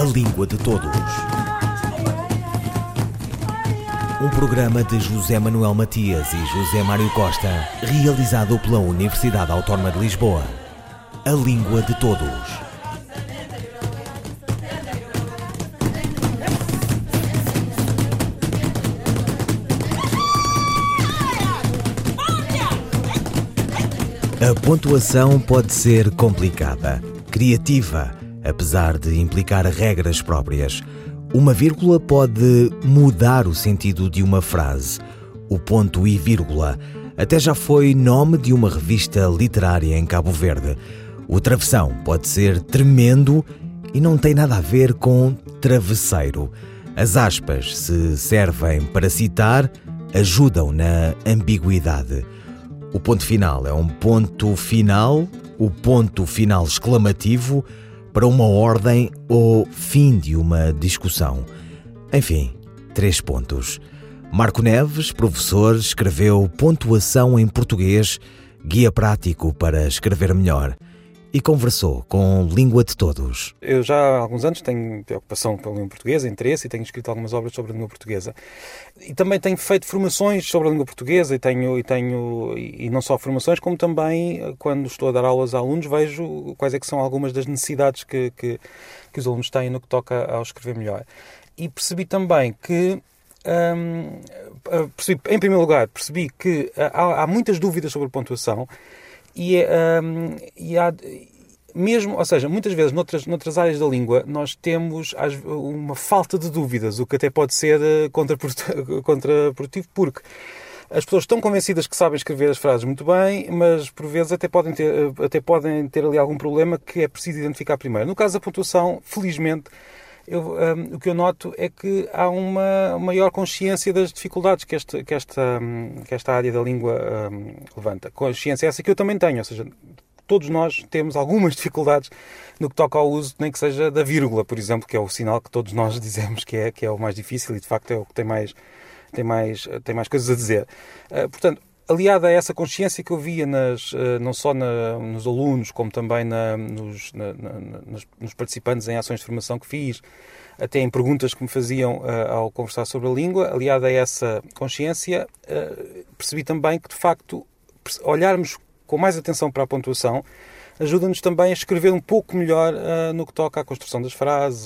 A Língua de Todos. Um programa de José Manuel Matias e José Mário Costa, realizado pela Universidade Autónoma de Lisboa. A Língua de Todos. A pontuação pode ser complicada, criativa, apesar de implicar regras próprias. Uma vírgula pode mudar o sentido de uma frase. O ponto e vírgula até já foi nome de uma revista literária em Cabo Verde. O travessão pode ser tremendo e não tem nada a ver com travesseiro. As aspas, se servem para citar, ajudam na ambiguidade. O ponto final é um ponto final, o ponto final exclamativo, para uma ordem ou fim de uma discussão. Enfim, 3 pontos. Marco Neves, professor, escreveu Pontuação em Português, guia prático para escrever melhor, e conversou com Língua de Todos. Eu já há alguns anos tenho preocupação pela língua portuguesa, interesse, e tenho escrito algumas obras sobre a língua portuguesa. E também tenho feito formações sobre a língua portuguesa, e não só formações, como também, quando estou a dar aulas a alunos, vejo quais é que são algumas das necessidades que os alunos têm no que toca ao escrever melhor. E percebi também que, em primeiro lugar, percebi que há muitas dúvidas sobre a pontuação, e há mesmo, ou seja, muitas vezes noutras áreas da língua nós temos uma falta de dúvidas, o que até pode ser contraprodutivo, porque as pessoas estão convencidas que sabem escrever as frases muito bem, mas por vezes até podem ter ali algum problema que é preciso identificar primeiro. No caso da pontuação, felizmente, o que eu noto é que há uma maior consciência das dificuldades que esta área da língua levanta. Consciência essa que eu também tenho, ou seja, todos nós temos algumas dificuldades no que toca ao uso, nem que seja da vírgula, por exemplo, que é o sinal que todos nós dizemos que é o mais difícil e, de facto, é o que tem mais coisas a dizer. Portanto, aliada a essa consciência que eu via não só nos alunos, como também nos participantes em ações de formação que fiz, até em perguntas que me faziam ao conversar sobre a língua, aliada a essa consciência, percebi também que, de facto, olharmos com mais atenção para a pontuação ajuda-nos também a escrever um pouco melhor no que toca à construção das frases.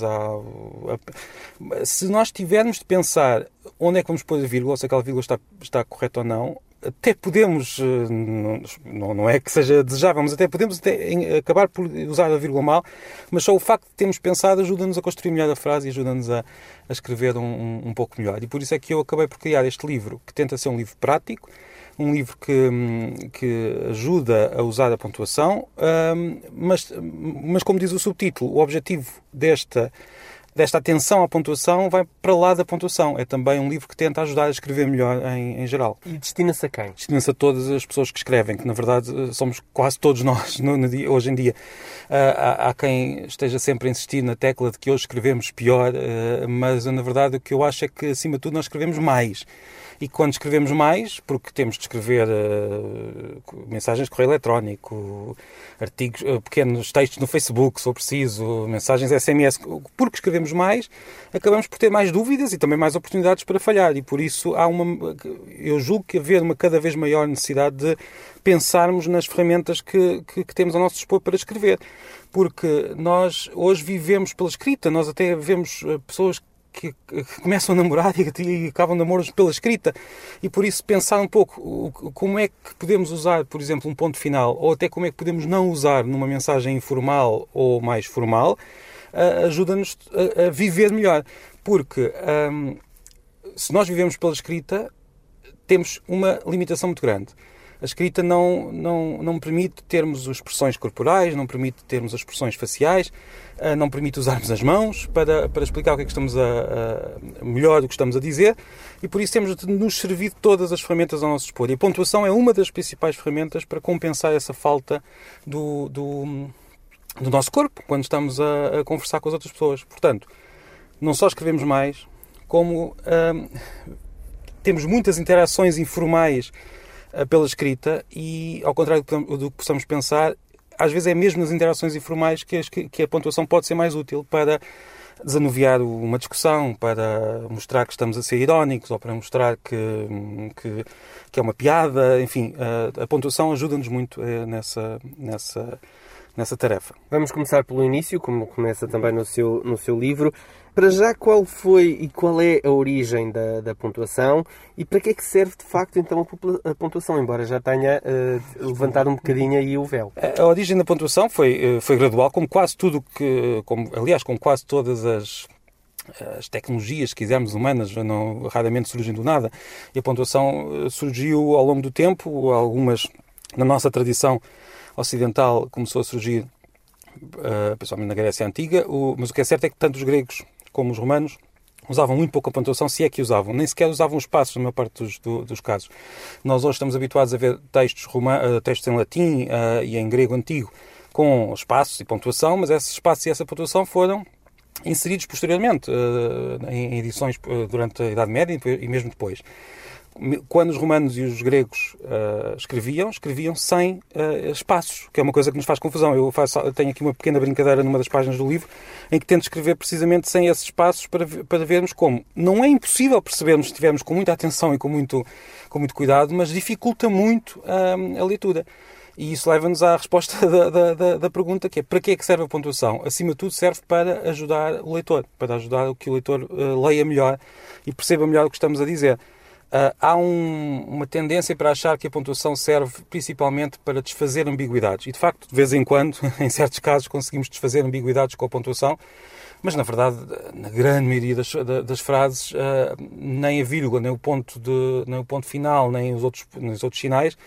Se nós tivermos de pensar onde é que vamos pôr a vírgula, se aquela vírgula está correta ou não, até podemos, não é que seja desejável, mas até podemos acabar por usar a vírgula mal, mas só o facto de termos pensado ajuda-nos a construir melhor a frase e ajuda-nos a escrever um pouco melhor. E por isso é que eu acabei por criar este livro, que tenta ser um livro prático, um livro que ajuda a usar a pontuação, mas como diz o subtítulo, o objetivo desta atenção à pontuação vai para lá da pontuação. É também um livro que tenta ajudar a escrever melhor em geral. E destina-se a quem? Destina-se a todas as pessoas que escrevem, que na verdade somos quase todos nós hoje em dia. Há quem esteja sempre a insistir na tecla de que hoje escrevemos pior, mas na verdade o que eu acho é que acima de tudo nós escrevemos mais. E quando escrevemos mais, porque temos de escrever mensagens de correio eletrónico, artigos, pequenos textos no Facebook, se for preciso, mensagens SMS, porque escrevemos mais, acabamos por ter mais dúvidas e também mais oportunidades para falhar. E por isso eu julgo que haver uma cada vez maior necessidade de pensarmos nas ferramentas que temos ao nosso dispor para escrever. Porque nós hoje vivemos pela escrita, nós até vemos pessoas que começam a namorar e acabam namoros pela escrita, e por isso pensar um pouco como é que podemos usar, por exemplo, um ponto final, ou até como é que podemos não usar numa mensagem informal ou mais formal, ajuda-nos a viver melhor, porque se nós vivemos pela escrita temos uma limitação muito grande. A escrita não permite termos as expressões corporais, não permite termos as expressões faciais, não permite usarmos as mãos para explicar o que é que estamos melhor do que estamos a dizer, e por isso temos de nos servir de todas as ferramentas ao nosso dispor. E a pontuação é uma das principais ferramentas para compensar essa falta do nosso corpo quando estamos a conversar com as outras pessoas. Portanto, não só escrevemos mais, como temos muitas interações informais pela escrita e, ao contrário do que possamos pensar, às vezes é mesmo nas interações informais que a pontuação pode ser mais útil para desanuviar uma discussão, para mostrar que estamos a ser irónicos ou para mostrar que é uma piada. Enfim, a pontuação ajuda-nos muito nessa tarefa. Vamos começar pelo início, como começa também no seu livro. Para já, qual foi e qual é a origem da pontuação e para que é que serve de facto então a pontuação, embora já tenha levantado um bocadinho aí o véu? A origem da pontuação foi gradual, como quase tudo como quase todas as tecnologias, se quisermos, humanas, raramente surgem do nada. E a pontuação surgiu ao longo do tempo, algumas na nossa tradição ocidental começou a surgir, principalmente na Grécia Antiga, mas o que é certo é que tanto os gregos como os romanos usavam muito pouco a pontuação, se é que usavam. Nem sequer usavam os passos, na maior parte dos casos. Nós hoje estamos habituados a ver textos em latim e em grego antigo com espaços e pontuação, mas esses espaços e essa pontuação foram inseridos posteriormente em edições durante a Idade Média e mesmo depois. Quando os romanos e os gregos escreviam sem espaços, que é uma coisa que nos faz confusão. Eu tenho aqui uma pequena brincadeira numa das páginas do livro, em que tento escrever precisamente sem esses espaços para vermos como. Não é impossível percebermos se estivermos com muita atenção e com muito cuidado, mas dificulta muito a leitura. E isso leva-nos à resposta da pergunta, que é: para que é que serve a pontuação? Acima de tudo, serve para ajudar o leitor, para ajudar que o leitor leia melhor e perceba melhor o que estamos a dizer. Há uma tendência para achar que a pontuação serve principalmente para desfazer ambiguidades. E, de facto, de vez em quando, em certos casos, conseguimos desfazer ambiguidades com a pontuação, mas, na verdade, na grande maioria das frases, nem a vírgula, nem o ponto final, nem os outros sinais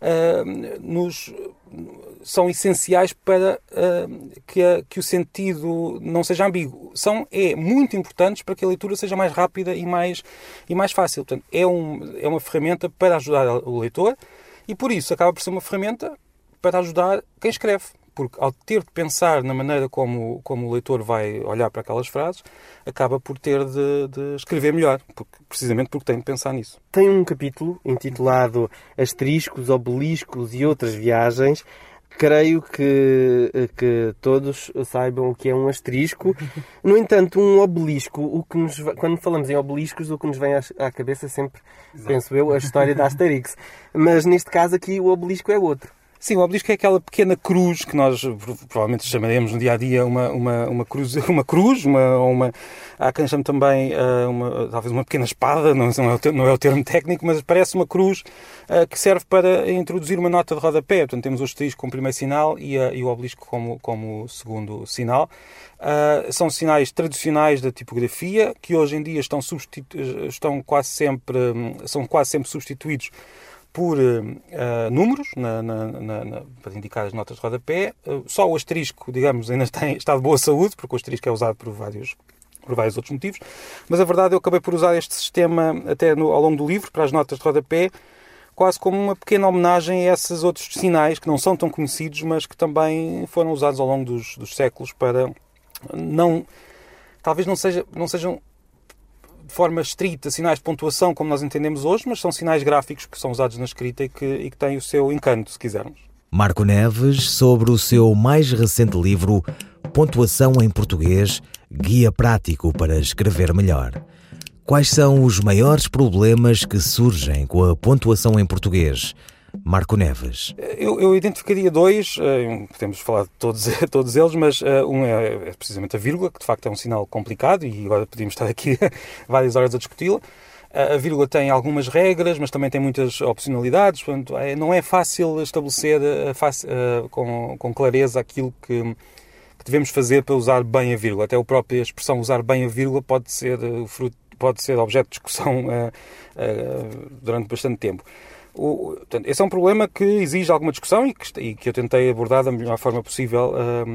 são essenciais para que o sentido não seja ambíguo. São muito importantes para que a leitura seja mais rápida e mais fácil. Portanto, é uma ferramenta para ajudar o leitor e, por isso, acaba por ser uma ferramenta para ajudar quem escreve. Porque, ao ter de pensar na maneira como o leitor vai olhar para aquelas frases, acaba por ter de escrever melhor, precisamente porque tem de pensar nisso. Tem um capítulo intitulado Asteriscos, Obeliscos e Outras Viagens. Creio que todos saibam o que é um asterisco. No entanto, um obelisco, quando falamos em obeliscos, o que nos vem à cabeça sempre, penso eu, a história da Asterix. Mas, neste caso aqui, o obelisco é outro. Sim, o obelisco é aquela pequena cruz que nós provavelmente chamaremos no dia-a-dia uma cruz, há quem chame também talvez uma pequena espada, não é o termo técnico, mas parece uma cruz que serve para introduzir uma nota de rodapé. Portanto, temos o asterisco como primeiro sinal e o obelisco como segundo sinal. São sinais tradicionais da tipografia que hoje em dia são quase sempre substituídos por números para indicar as notas de rodapé. Só o asterisco, digamos, ainda está de boa saúde, porque o asterisco é usado por vários outros motivos. Mas a verdade, eu acabei por usar este sistema até ao longo do livro, para as notas de rodapé, quase como uma pequena homenagem a esses outros sinais que não são tão conhecidos, mas que também foram usados ao longo dos séculos para talvez não sejam de forma estrita sinais de pontuação como nós entendemos hoje, mas são sinais gráficos que são usados na escrita e que têm o seu encanto, se quisermos. Marco Neves, sobre o seu mais recente livro Pontuação em Português, Guia Prático para Escrever Melhor. Quais são os maiores problemas que surgem com a pontuação em português? Marco Neves. Eu identificaria dois, podemos falar de todos eles, mas um é precisamente a vírgula, que de facto é um sinal complicado e agora podíamos estar aqui várias horas a discuti-la. A vírgula tem algumas regras, mas também tem muitas opcionalidades, portanto, não é fácil estabelecer com clareza aquilo que devemos fazer para usar bem a vírgula. Até a própria expressão usar bem a vírgula pode ser objeto de discussão durante bastante tempo. Portanto, esse é um problema que exige alguma discussão e que eu tentei abordar da melhor forma possível,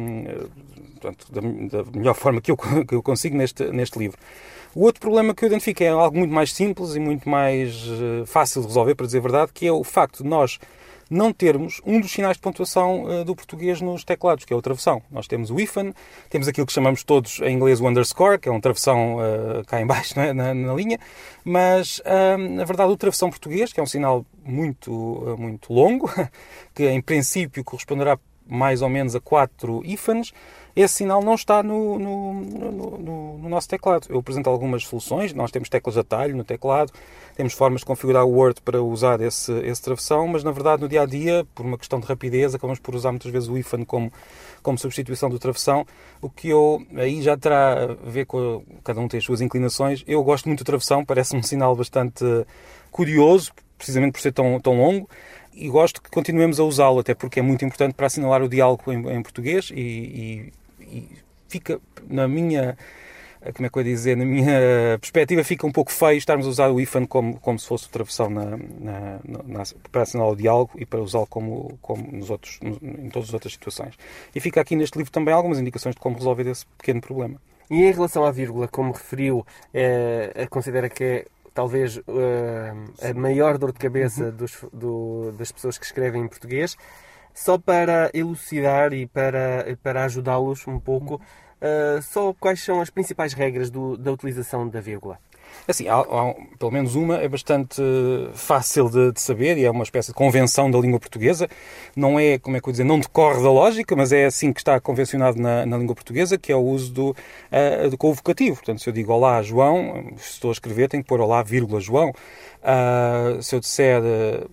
da melhor forma que eu consigo neste livro. O outro problema que eu identifico é algo muito mais simples e muito mais fácil de resolver, para dizer a verdade, que é o facto de nós não termos um dos sinais de pontuação do português nos teclados, que é o travessão. Nós temos o hífen, temos aquilo que chamamos todos em inglês o underscore, que é um travessão cá em baixo, não é? na linha, mas, na verdade, o travessão português, que é um sinal muito longo, que em princípio corresponderá mais ou menos a 4 hífenes, esse sinal não está no nosso teclado. Eu apresento algumas soluções, nós temos teclas de atalho no teclado, temos formas de configurar o Word para usar esse travessão, mas na verdade no dia-a-dia, por uma questão de rapidez, acabamos por usar muitas vezes o IFAN como substituição do travessão, o que aí já terá a ver com cada um tem as suas inclinações. Eu gosto muito do travessão, parece-me um sinal bastante curioso, precisamente por ser tão longo, e gosto que continuemos a usá-lo, até porque é muito importante para assinalar o diálogo em português e fica, na minha perspectiva, fica um pouco feio estarmos a usar o IFAN como se fosse o travessão para assinalar o diálogo e para usá-lo como em todas as outras situações. E fica aqui neste livro também algumas indicações de como resolver esse pequeno problema. E em relação à vírgula, como referiu, considera que é talvez a maior dor de cabeça das pessoas que escrevem em português. Só para elucidar e para ajudá-los um pouco, só quais são as principais regras da utilização da vírgula? Assim, há pelo menos uma é bastante fácil de saber e é uma espécie de convenção da língua portuguesa. Não é, não decorre da lógica, mas é assim que está convencionado na língua portuguesa, que é o uso do convocativo. Portanto, se eu digo olá, João, se estou a escrever, tenho que pôr olá, vírgula, João. Se eu disser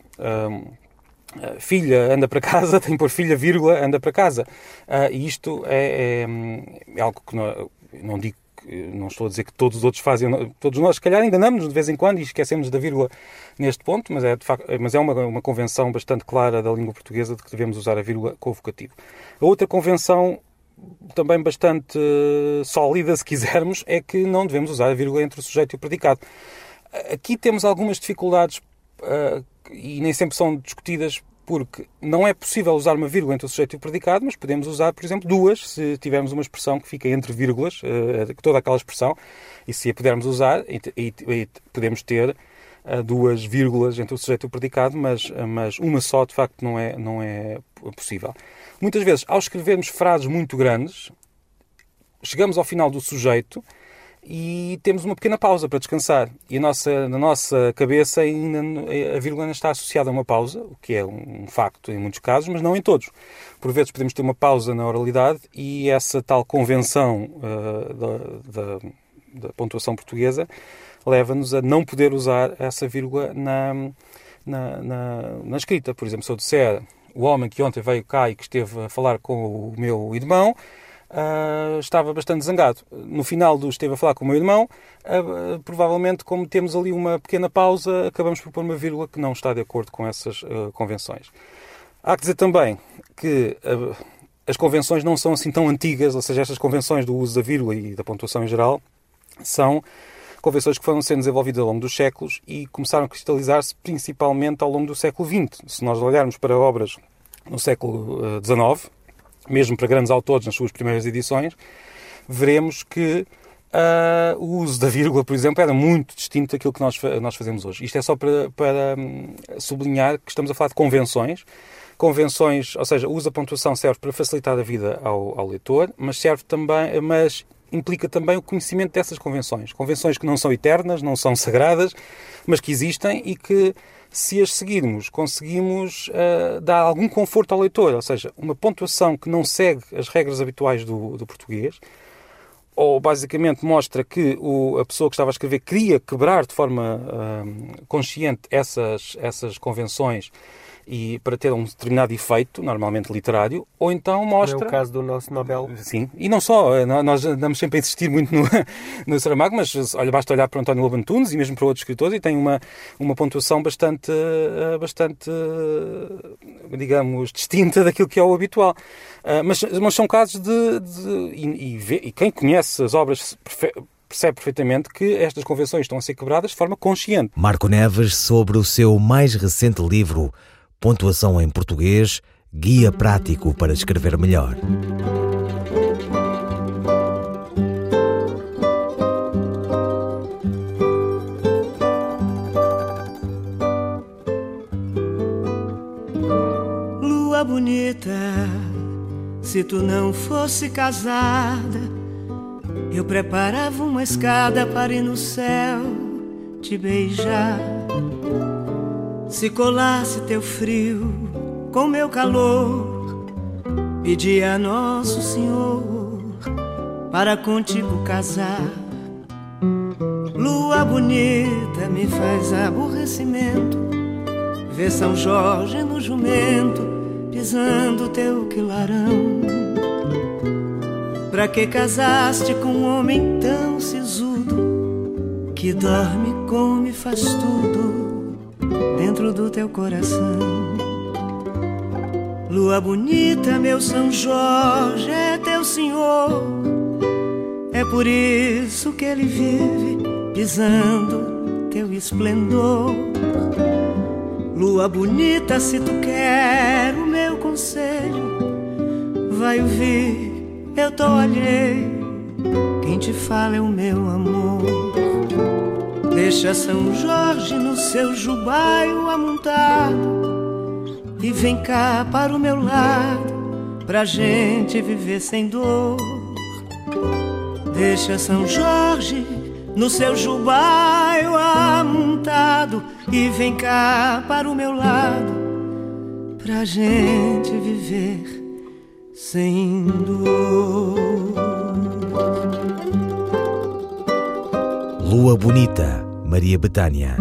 filha, anda para casa, tenho que pôr filha, vírgula, anda para casa. E isto é algo que não digo. Não estou a dizer que todos os outros fazem, todos nós, se calhar, enganamos-nos de vez em quando e esquecemos da vírgula neste ponto, mas é uma convenção bastante clara da língua portuguesa de que devemos usar a vírgula com o vocativo. A outra convenção, também bastante sólida, se quisermos, é que não devemos usar a vírgula entre o sujeito e o predicado. Aqui temos algumas dificuldades e nem sempre são discutidas, porque não é possível usar uma vírgula entre o sujeito e o predicado, mas podemos usar, por exemplo, duas, se tivermos uma expressão que fica entre vírgulas, toda aquela expressão, e se a pudermos usar, e podemos ter duas vírgulas entre o sujeito e o predicado, mas uma só, de facto, não é possível. Muitas vezes, ao escrevermos frases muito grandes, chegamos ao final do sujeito e temos uma pequena pausa para descansar. E na nossa cabeça ainda a vírgula ainda está associada a uma pausa, o que é um facto em muitos casos, mas não em todos. Por vezes podemos ter uma pausa na oralidade e essa tal convenção da pontuação portuguesa leva-nos a não poder usar essa vírgula na escrita. Por exemplo, se eu disser o homem que ontem veio cá e que esteve a falar com o meu irmão, estava bastante zangado. No final do esteve a falar com o meu irmão, provavelmente, como temos ali uma pequena pausa, acabamos por pôr uma vírgula que não está de acordo com essas convenções. Há que dizer também que as convenções não são assim tão antigas, ou seja, estas convenções do uso da vírgula e da pontuação em geral são convenções que foram sendo desenvolvidas ao longo dos séculos e começaram a cristalizar-se principalmente ao longo do século XX. Se nós olharmos para obras no século XIX, mesmo para grandes autores nas suas primeiras edições, veremos que o uso da vírgula, por exemplo, era muito distinto daquilo que nós fazemos hoje. Isto é só para sublinhar que estamos a falar de convenções. Convenções, ou seja, o uso da pontuação serve para facilitar a vida ao leitor, mas implica também o conhecimento dessas convenções. Convenções que não são eternas, não são sagradas, mas que existem e que, se as seguirmos, conseguimos dar algum conforto ao leitor. Ou seja, uma pontuação que não segue as regras habituais do português, ou basicamente mostra que a pessoa que estava a escrever queria quebrar de forma consciente essas convenções e para ter um determinado efeito, normalmente literário, ou então mostra... É o caso do nosso Nobel. Sim, e não só, nós andamos sempre a insistir muito no Saramago, mas basta olhar para António Lobo Antunes e mesmo para outros escritores e tem uma pontuação bastante, digamos, distinta daquilo que é o habitual. Mas são casos e quem conhece as obras percebe perfeitamente que estas convenções estão a ser quebradas de forma consciente. Marco Neves, sobre o seu mais recente livro, Pontuação em Português, Guia Prático para Escrever Melhor. Lua bonita, se tu não fosse casada, eu preparava uma escada para ir no céu te beijar. Se colasse teu frio com meu calor, pedia a Nosso Senhor para contigo casar. Lua bonita me faz aborrecimento ver São Jorge no jumento pisando teu quilarão. Pra que casaste com um homem tão sisudo que dorme, come, faz tudo dentro do teu coração? Lua bonita, meu São Jorge é teu senhor, é por isso que ele vive pisando teu esplendor. Lua bonita, se tu quer o meu conselho, vai ouvir, eu tô alheio, quem te fala é o meu amor. Deixa São Jorge no seu jubaio amontado e vem cá para o meu lado, pra gente viver sem dor. Deixa São Jorge no seu jubaio amontado e vem cá para o meu lado, pra gente viver sem dor. Lua Bonita, Maria Bethânia.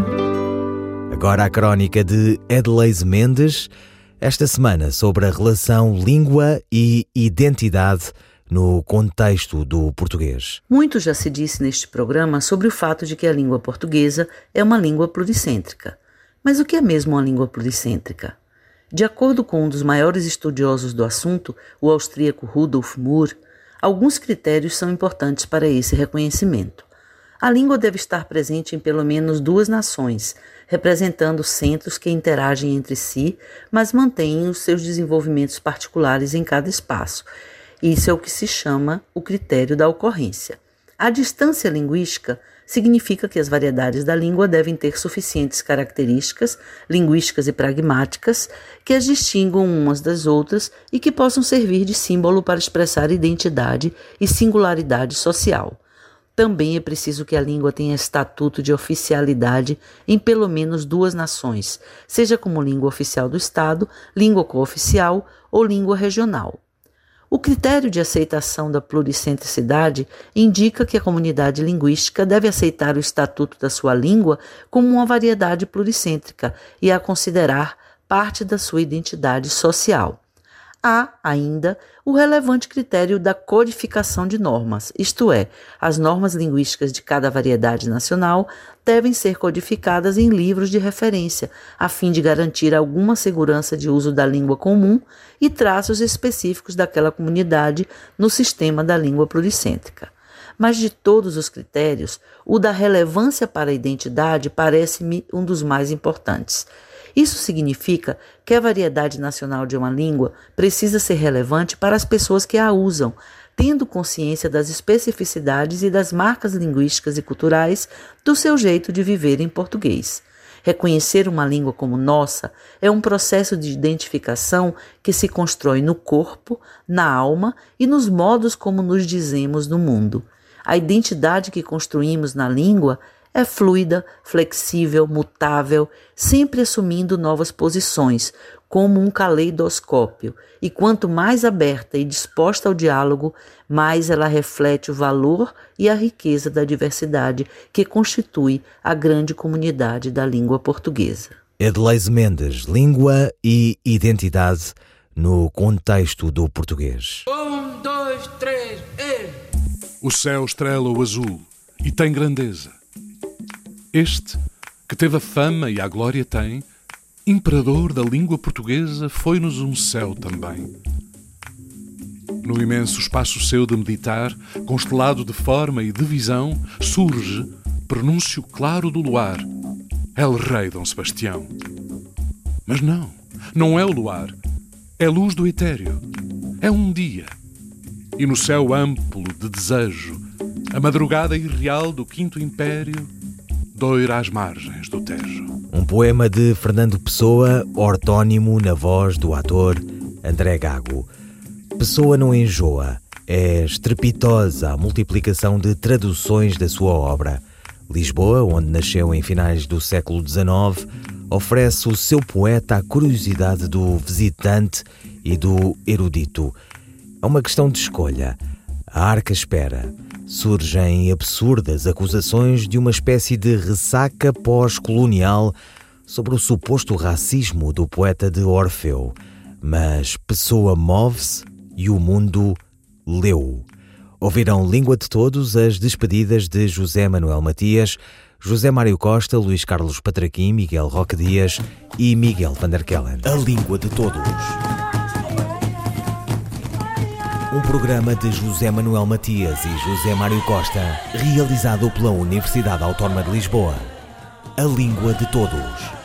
Agora a crónica de Edleise Mendes, esta semana sobre a relação língua e identidade no contexto do português. Muito já se disse neste programa sobre o fato de que a língua portuguesa é uma língua pluricêntrica. Mas o que é mesmo uma língua pluricêntrica? De acordo com um dos maiores estudiosos do assunto, o austríaco Rudolf Moore, alguns critérios são importantes para esse reconhecimento. A língua deve estar presente em pelo menos 2 nações, representando centros que interagem entre si, mas mantêm os seus desenvolvimentos particulares em cada espaço. Isso é o que se chama o critério da ocorrência. A distância linguística significa que as variedades da língua devem ter suficientes características linguísticas e pragmáticas que as distinguam umas das outras e que possam servir de símbolo para expressar identidade e singularidade social. Também é preciso que a língua tenha estatuto de oficialidade em pelo menos 2 nações, seja como língua oficial do Estado, língua cooficial ou língua regional. O critério de aceitação da pluricentricidade indica que a comunidade linguística deve aceitar o estatuto da sua língua como uma variedade pluricêntrica e a considerar parte da sua identidade social. Há, ainda, o relevante critério da codificação de normas, isto é, as normas linguísticas de cada variedade nacional devem ser codificadas em livros de referência, a fim de garantir alguma segurança de uso da língua comum e traços específicos daquela comunidade no sistema da língua pluricêntrica. Mas de todos os critérios, o da relevância para a identidade parece-me um dos mais importantes. Isso significa que a variedade nacional de uma língua precisa ser relevante para as pessoas que a usam, tendo consciência das especificidades e das marcas linguísticas e culturais do seu jeito de viver em português. Reconhecer uma língua como nossa é um processo de identificação que se constrói no corpo, na alma e nos modos como nos dizemos no mundo. A identidade que construímos na língua é fluida, flexível, mutável, sempre assumindo novas posições, como um caleidoscópio, e quanto mais aberta e disposta ao diálogo, mais ela reflete o valor e a riqueza da diversidade que constitui a grande comunidade da língua portuguesa. Edleise Mendes, língua e identidade no contexto do português. 1, 2, 3, e... O céu estrela o azul e tem grandeza. Este, que teve a fama e a glória tem, imperador da língua portuguesa, foi-nos um céu também. No imenso espaço seu de meditar, constelado de forma e de visão, surge, prenúncio claro do luar, El Rei Dom Sebastião. Mas não é o luar, é luz do etéreo, é um dia. E no céu amplo de desejo, a madrugada irreal do Quinto Império doira às margens do Tejo. Um poema de Fernando Pessoa, ortónimo na voz do ator André Gago. Pessoa não enjoa, é estrepitosa a multiplicação de traduções da sua obra. Lisboa, onde nasceu em finais do século XIX, oferece o seu poeta à curiosidade do visitante e do erudito. É uma questão de escolha. A arca espera. Surgem absurdas acusações de uma espécie de ressaca pós-colonial sobre o suposto racismo do poeta de Orfeu. Mas Pessoa move-se e o mundo leu. Ouviram Língua de Todos as despedidas de José Manuel Matias, José Mário Costa, Luís Carlos Patraquim, Miguel Roque Dias e Miguel van der Kellen. A Língua de Todos. Um programa de José Manuel Matias e José Mário Costa, realizado pela Universidade Autónoma de Lisboa. A Língua de Todos.